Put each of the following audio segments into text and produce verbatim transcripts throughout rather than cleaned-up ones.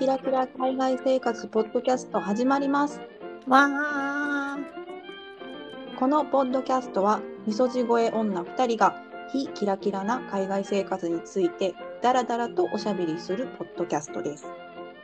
キラキラ海外生活ポッドキャスト始まります。 わー。 このポッドキャストはみそじ声女ふたりが非キラキラな海外生活についてダラダラとおしゃべりするポッドキャストです。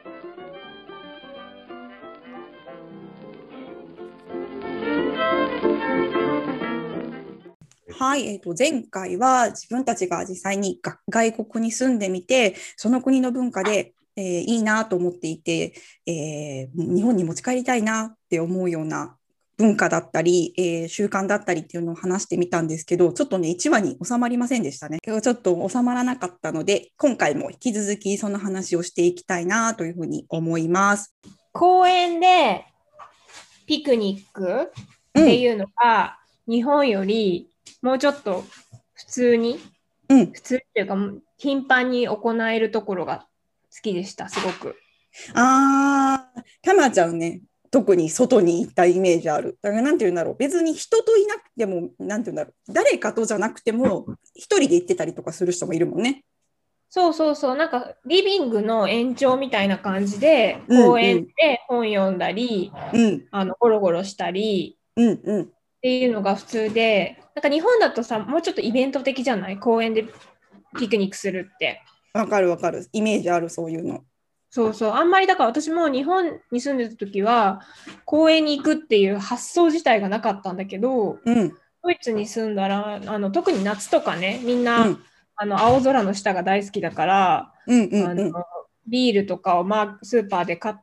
はい、えーと、前回は自分たちが実際にが外国に住んでみて、その国の文化で、えーいいなと思っていて、えー日本に持ち帰りたいなって思うような文化だったり、えー習慣だったりっていうのを話してみたんですけど、ちょっとね、いちわに収まりませんでしたね。ちょっと収まらなかったので、今回も引き続きその話をしていきたいなというふうに思います。 公園でピクニックっていうのが、うん、日本よりもうちょっと普通に、うん、普通っていうか頻繁に行えるところが好きでした、すごく。 あー、たまちゃんね、特に外に行ったイメージある。だからなんて言うんだろう、別に人といなくても、なんて言うんだろう、誰かとじゃなくても一人で行ってたりとかする人もいるもんね。 そうそうそう、なんかリビングの延長みたいな感じで公園で本読んだり、うんうん、あのゴロゴロしたり、 うんうん、 っていうのが普通で、なんか日本だとさ、もうちょっとイベント的じゃない？公園でピクニックするって。 わかるわかる。イメージある、そういうの。 そうそう。あんまりだから私も日本に住んでた時は公園に行くっていう発想自体がなかったんだけど、うん、ドイツに住んだらあの特に夏とかね、みんな、うん、あの青空の下が大好きだから、うんうんうん、あのビールとかを、まあ、スーパーで買って、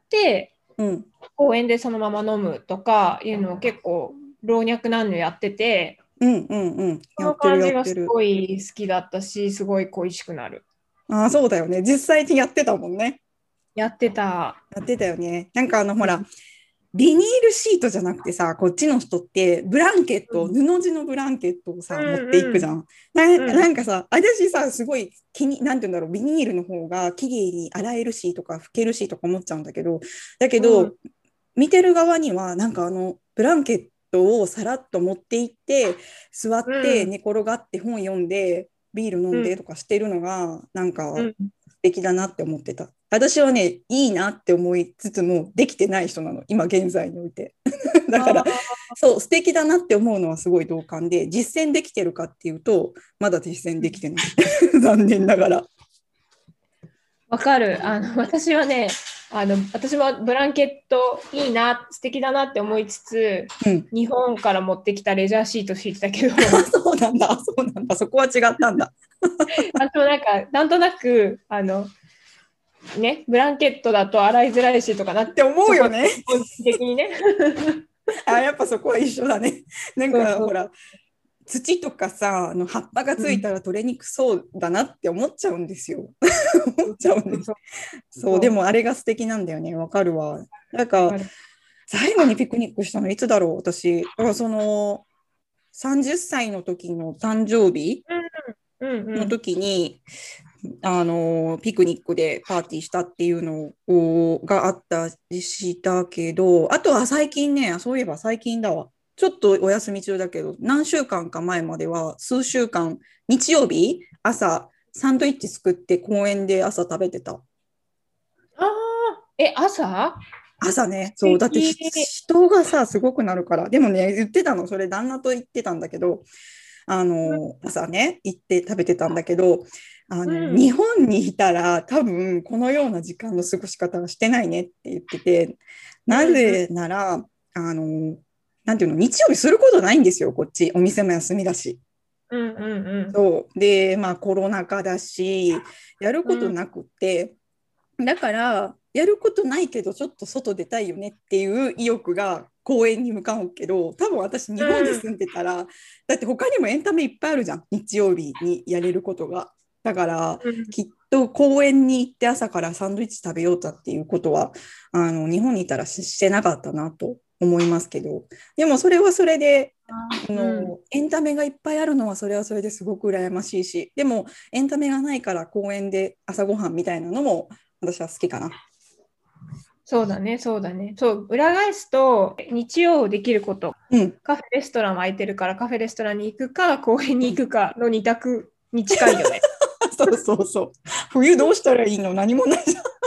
うん、公園でそのまま飲むとかいうのを結構老若男女やってて、 うんうんうん、 その感じがすごい好きだったし、すごい恋しくなる。 ああ、そうだよね。実際にやってたもんね。 やってた。 やってたよね。なんかあのほら、ビニールシートじゃなくてさ、こっちの人ってブランケット、うん、布地のブランケットをさ、うんうん、持っていくじゃん。な, なんかさ、私さ、すごい気に、なんて言うんだろう、ビニールの方が綺麗に洗えるしとか拭けるしとか思っちゃうんだけど、だけど、うん、見てる側にはなんかあのブランケットをさらっと持っていって座って寝転がって本読んでビール飲んでとかしてるのがなんか素敵だなって思ってた。私はね、いいなって思いつつもできてない人なの、今現在において。だからそう素敵だなって思うのはすごい同感で、実践できてるかっていうとまだ実践できてない残念ながら。 わかる。あの私はね、あの私もブランケットいいな、素敵だなって思いつつ、うん、日本から持ってきたレジャーシート敷いてたけどそうなんだ、そうなんだ、そこは違ったんだあとなんかなんとなくあのね、ブランケットだと洗いづらいしとかなって思うよね。 本質的にねあ、やっぱそこは一緒だね。なんかそうそうほら土とかさ、あの葉っぱがついたら取れにくそうだなって思っちゃうんですよ。思っちゃうんです。そう、でもあれが素敵なんだよね。わかるわ。なんか最後にピクニックしたのいつだろう、私。だからそのさんじゅっさいの時の誕生日の時に、あのピクニックでパーティーしたっていうのをがあったりしたけど、あとは最近ね、そういえば最近だわ。ちょっとお休み中だけど、何週間か前までは数週間、日曜日朝サンドイッチ作って公園で朝食べてた。ああ、え、朝朝ね、そうだって人がさすごくなるから。でもね、言ってたの、それ旦那と言ってたんだけど、あの朝ね行って食べてたんだけど、あの、うん、日本にいたら多分このような時間の過ごし方はしてないねって言ってて、なぜなら、うん、あのなんていうの、日曜日することないんですよ、こっちお店も休みだし。 うんうんうん、 そうで、まあコロナ禍だしやることなくて、うん、だからやることないけどちょっと外出たいよねっていう意欲が公園に向かうけど、多分私日本に住んでたら、うん、だって他にもエンタメいっぱいあるじゃん、日曜日にやれることが。だから、うん、きっと公園に行って朝からサンドイッチ食べようとっていうことはあの日本にいたら し, してなかったなと思いますけど、でもそれはそれであの、うん、エンタメがいっぱいあるのはそれはそれですごく羨ましいし、でもエンタメがないから公園で朝ごはんみたいなのも私は好きかな。 そうだね、そうだね。そう、裏返すと日曜できること、うん、カフェレストランは空いてるからカフェレストランに行くか公園に行くかの二択に近いよね。 そうそうそう。冬どうしたらいいの？何もないじゃん。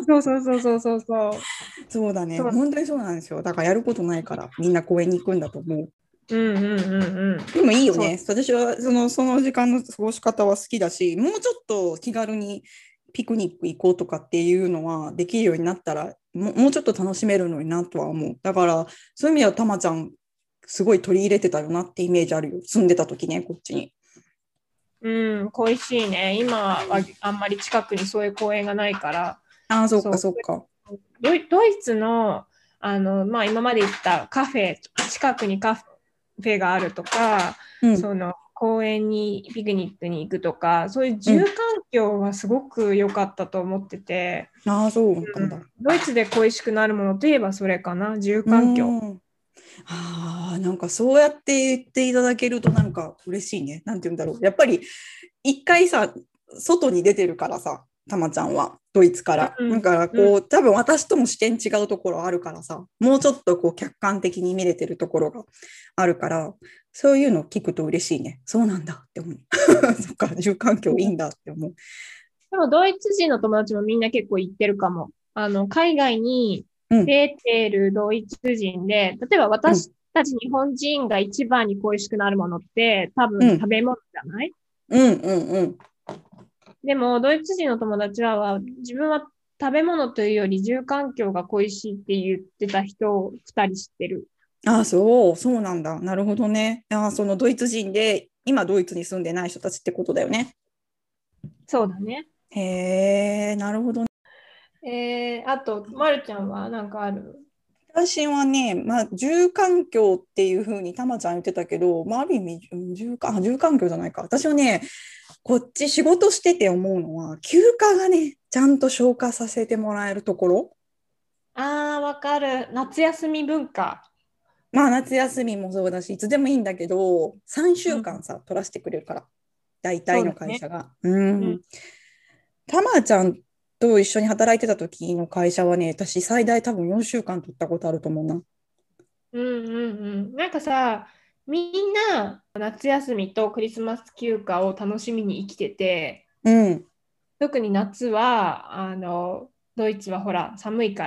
そうそうそうそうそうそう。 そうだね。 そう本当にそうなんですよ。だからやることないからみんな公園に行くんだと思う。 うんうんうんうん。 でもいいよそうね。私はその、その時間の過ごし方は好きだし、もうちょっと気軽にピクニック行こうとかっていうのはできるようになったら、もう、もうちょっと楽しめるのになとは思う。だから、そういう意味ではたまちゃん、すごい取り入れてたよなってイメージあるよ。住んでた時ね、こっちに。 うん、恋しいね。今はあんまり近くにそういう公園がないから、 ああ、そっかそうそっか。 ドイ、ドイツの、あの、まあ、今まで行ったカフェ、近くにカフェがあるとか、 うん、 その公園にピクニックに行くとか、そういううん。 住環境はすごく良かったと思ってて、 ああ、そうなんだ。 うん、ドイツで恋しくなるものといえばそれかな、住う環境。 ん。ああ、なんかそうやって言っていただけるとなんか嬉しいね。なんて言うんだろう。やっぱり一回さ、外に出てるからさ、たまちゃんは、ドイツから。 うんだからうん、 こう、多分私とも視点違うところあるからさ、もうちょっとこう客観的に見れてるところがあるから、そういうのを聞くと嬉しいね。そうなんだって思う。そっか、住環境いいんだって思う。 でもドイツ人の友達もみんな結構行ってるかも。あの、海外にうん、 出てるドイツ人で、例えばうん、 私たち日本人が一番に恋しくなるものって多うん、 分食べ物じゃない？ うん、うん、うん。 でも、ドイツ人の友達は、自分は食べ物というより住環境が恋しいって言ってた人を二人知ってる。 ああ、そう、そうなんだ。なるほどね。ああ、そのドイツ人で、今ドイツに住んでない人たちってことだよね。 そうだね。 へえ、なるほどね。 えー、あと、まるちゃんはなんかある？ 私はね、まあ、住環境っていうふうにたまちゃん言ってたけど、まあ、ある意味、うん住環、あ、住環境じゃないか。私はね、こっち仕事してて思うのは、休暇がね、ちゃんと消化させてもらえるところ。 あー、わかる。夏休み文化。 まあ、夏休みもそうだし、いつでもいいんだけど、3 うん、 週間さ、取らせてくれるから、大体のそうだね。 会社が。ううん、 ん。たまちゃんと一緒に働いてた時の会社はね、私最大多分よんしゅうかん取ったことあると思うな。 うん、うん、うん。なんかさ、みんな夏休みとクリスマス休暇を楽しみに生きてて、 うん、 特に夏は、あの、ドイツはほら、寒いから、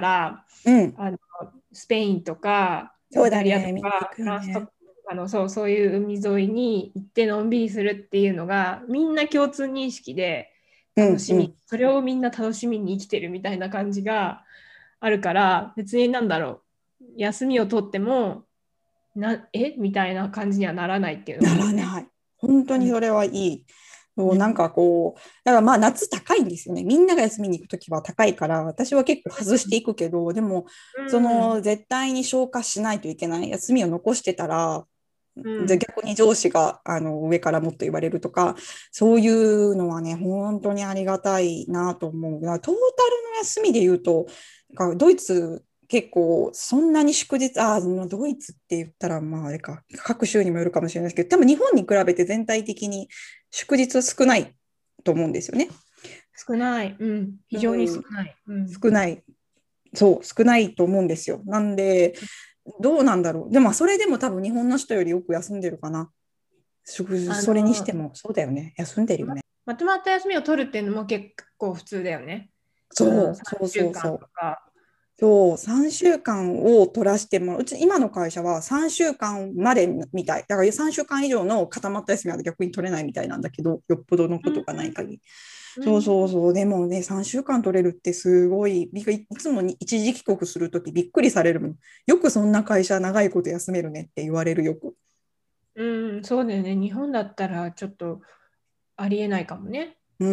うん。 あの、スペインとか、イタリアとそうだね、みんな行か、 くよね。 フランスとか、あの、そう、そういう海沿いに行ってのんびりするっていうのが、みんな共通認識でうん、 楽しみ、 うん。 それをみんな楽しみに生きてるみたいな感じがあるから、別になんだろう、休みを取っても、な、えみたいな感じにはならないっていうのがないいよね。 らない。本当うん。 にそれはいい。そうなんうん。 かこう、だからまあ夏高いんですよね。みんなが休みに行くときは高いから、私は結構外していくけど、でも、そうん。 の絶対に消化しないといけない休みを残してたら、じゃあうん。 逆に上司があの上からもっと言われるとか、そういうのはね、本当にありがたいなと思う。だからトータルの休みで言うと、なんかドイツ結構そんなに祝日、ああ、ドイツって言ったらまああれか、各州にもよるかもしれないですけど、多分日本に比べて全体的に祝日は少ないと思うんですよね。 少ない。うん。非常にうん、 少ない。うん。 少ない。そう、少ないと思うんですよ。なんで、どうなんだろう。でも、それでも多分日本の人よりよく休んでるかな。食事あそれにしての、 も、そうだよね。休んでるよま、 ね。 まとまった休みを取るっていうのも結構普通だよね。うん、 そう、そう 3週間そうそう。 とか。 そう、さんしゅうかんを取らせてもらう。うち、今の会社はさんしゅうかんまでみたい。だからさんしゅうかん以上の固まった休みは逆に取れないみたいなんだけど、よっぽどのことうん。 がない限り。そううん。 そうそう。でもね、さんしゅうかん取れるってすごい、びいつもに一時帰国するときびっくりされるもん。よくそんな会社長いこと休めるねって言われるよく。 うん、そうだよね。日本だったらちょっとありえないかもね。 うん、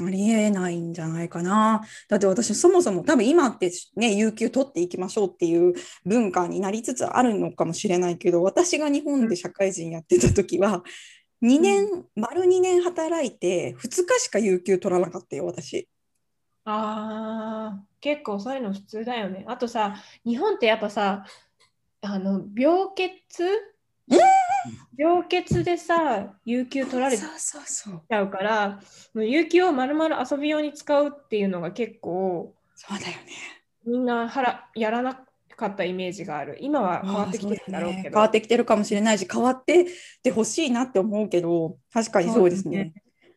ありえないんじゃないかな。だって私そもそも多分今ってね、有給取っていきましょうっていう文化になりつつあるのかもしれないけど、私が日本で社会人やってた時は、 うん。 にねん、丸にねん働いてふつかしか有給取らなかったよ、私。 ああ、結構そういうの普通だよね。あとさ、日本ってやっぱさ、あの、病欠うん、 病欠でさ、有給取られちそうそうそう。 ゃうから、有給をまるまる遊び用に使うっていうのが結構、 そうだよね。 みんなはらやらなかったイメージがある。今は変わああ、そうってきてるんだろうだね。変わっけど。 てきてるかもしれないし、変わってってほしいなって思うけど、確かにそうそうだね。 ですね。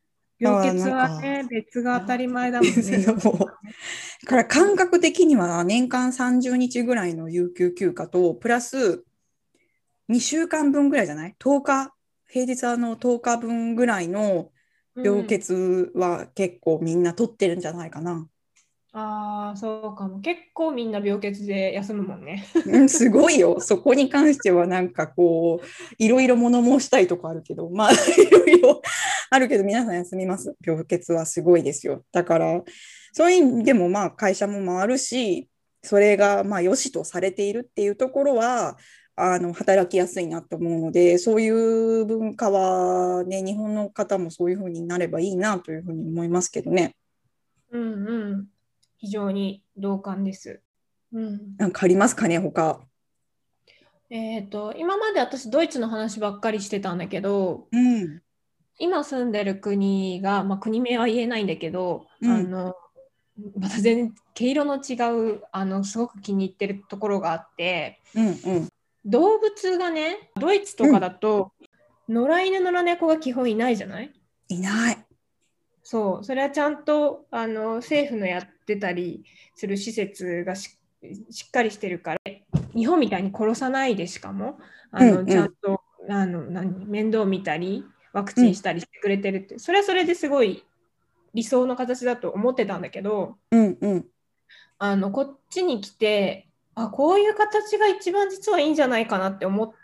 病欠はね、別が当たり前だもんね。 そうから感覚的には年間さんじゅうにちぐらいの有給休暇と、プラスにしゅうかんぶんぐらいじゃない ?とおか、平日あのとおかぶんぐらいの病欠は結構みんな取ってるんじゃないかな。うん、 ああ、そうかも。結構みんな病欠で休むもんね。 うん、すごいよ。そこに関してはなんかこう、いろいろ物申したいとこあるけど、まあ、いろいろあるけど、皆さん休みます。病欠はすごいですよ。だから、そういう意味でもまあ会社も回るし、それがまあ良しとされているっていうところは、あの働きやすいなと思うので、そういう文化はね、日本の方もそういうふうになればいいなというふうに思いますけどね。 うんうん。非常に同感です。うん、 なんかありますかね、他。 えっと、今まで私ドイツの話ばっかりしてたんだけど、 うん、 今住んでる国が、まあ、国名は言えないんだけど、 うん、 あのまた全然毛色の違うあのすごく気に入ってるところがあって、 うんうん、 動物がね、ドイツとかだと、うん、野良犬野良猫が基本いないじゃない？ いない。 そう、それはちゃんとあの政府のやってたりする施設が し, しっかりしてるから、日本みたいに殺さないで、しかもあの、うんうん、ちゃんとあの何面倒見たりワクチンしたりしてくれてるって、うん、それはそれですごい理想の形だと思ってたんだけど、 うんうん、 あのこっちに来て、あ、こういう形が一番実はいいんじゃないかなって思った、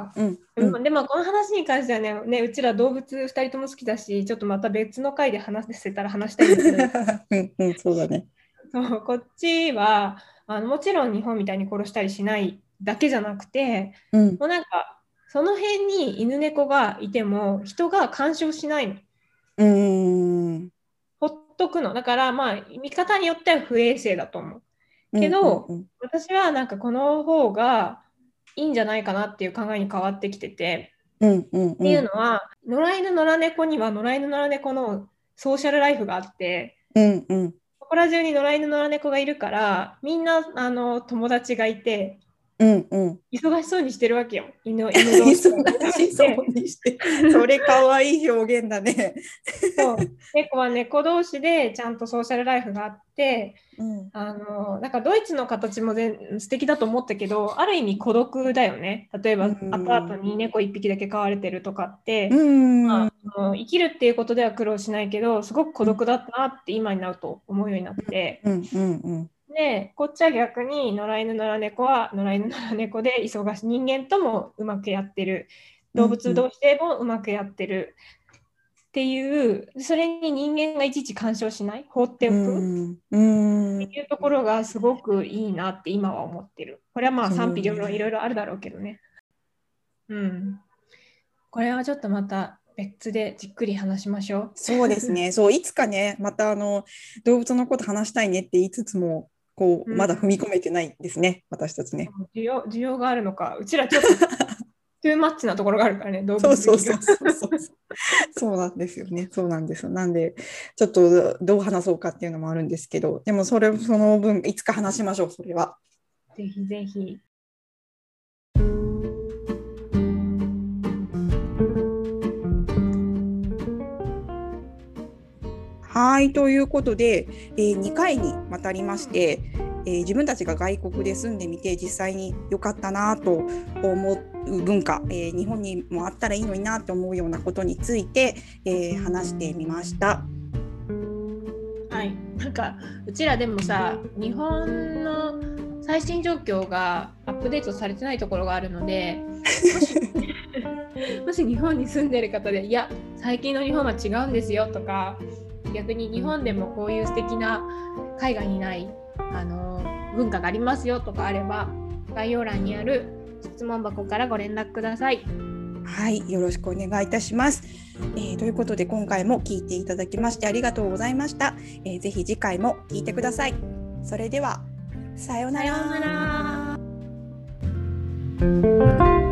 うんうんうん、でもこの話に関しては ね, ねうちら動物ふたりとも好きだし、ちょっとまた別の回で話せたら話したいんだけどうん、うん、そうだね。 そうこっちはあのもちろん日本みたいに殺したりしないだけじゃなくて、うん、もうなんかその辺に犬猫がいても人が干渉しないの。 うーん、 ほっとくのだから、まあ見方によっては不衛生だと思うけど、うんうんうん、私はなんかこの方がいいんじゃないかなっていう考えに変わってきてて、 うんうんうん、 っていうのは野良犬野良猫には野良犬野良猫のソーシャルライフがあって、 うんうん、 ここら中に野良犬野良猫がいるからみんなあの友達がいて、 うんうん、 忙しそうにしてるわけよ。犬、犬同士忙しそうにしてそれかわいい表現だね。 そう、猫は猫同士でちゃんとソーシャルライフがあって、 うん、 あのなんかドイツの形も全素敵だと思ったけど、ある意味孤独だよね。例えば、うん、アパートに猫いっぴきだけ飼われてるとかって、うんまあ、生きるっていうことでは苦労しないけどすごく孤独だったなって今になると思うようになって、 うんうんうん、 でこっちは逆に野良犬野良猫は野良犬野良猫で忙しい、人間ともうまくやってる、動物同士でもうまくやってるっていう、それに人間がいちいち干渉しない、放っておく、うんうん、っていうところがすごくいいなって今は思ってる。これはまあ賛否両論いろいろあるだろうけどね。うん。これはちょっとまた別でじっくり話しましょう。 そうですね。そう、いつかね、またあの動物のこと話したいねって言いつつも、こう、うん、まだ踏み込めてないですね、私たちね。 需要、需要があるのか、うちらちょっとトゥーマッチなところがあるからね、動物そうそうそうそうそうそうなんですよね。そうなんですよ。なんでちょっとどう話そうかっていうのもあるんですけど、でもそれその分いつか話しましょう。それは。 ぜひぜひ。 はいということで、えー、にかいにわたりまして、えー、自分たちが外国で住んでみて実際に良かったなと思う文化、えー、日本にもあったらいいのになと思うようなことについて、えー、話してみました。 はい、なんかうちらでもさ、日本の最新状況がアップデートされてないところがあるので、もしもし日本に住んでる方で、いや最近の日本は違うんですよとか、逆に日本でもこういう素敵な海外にないあの文化がありますよとかあれば、概要欄にある質問箱からご連絡ください。 はい、よろしくお願いいたします、えー、ということで今回も聞いていただきましてありがとうございました、えー、ぜひ次回も聞いてください。それではさようなら。 さようなら。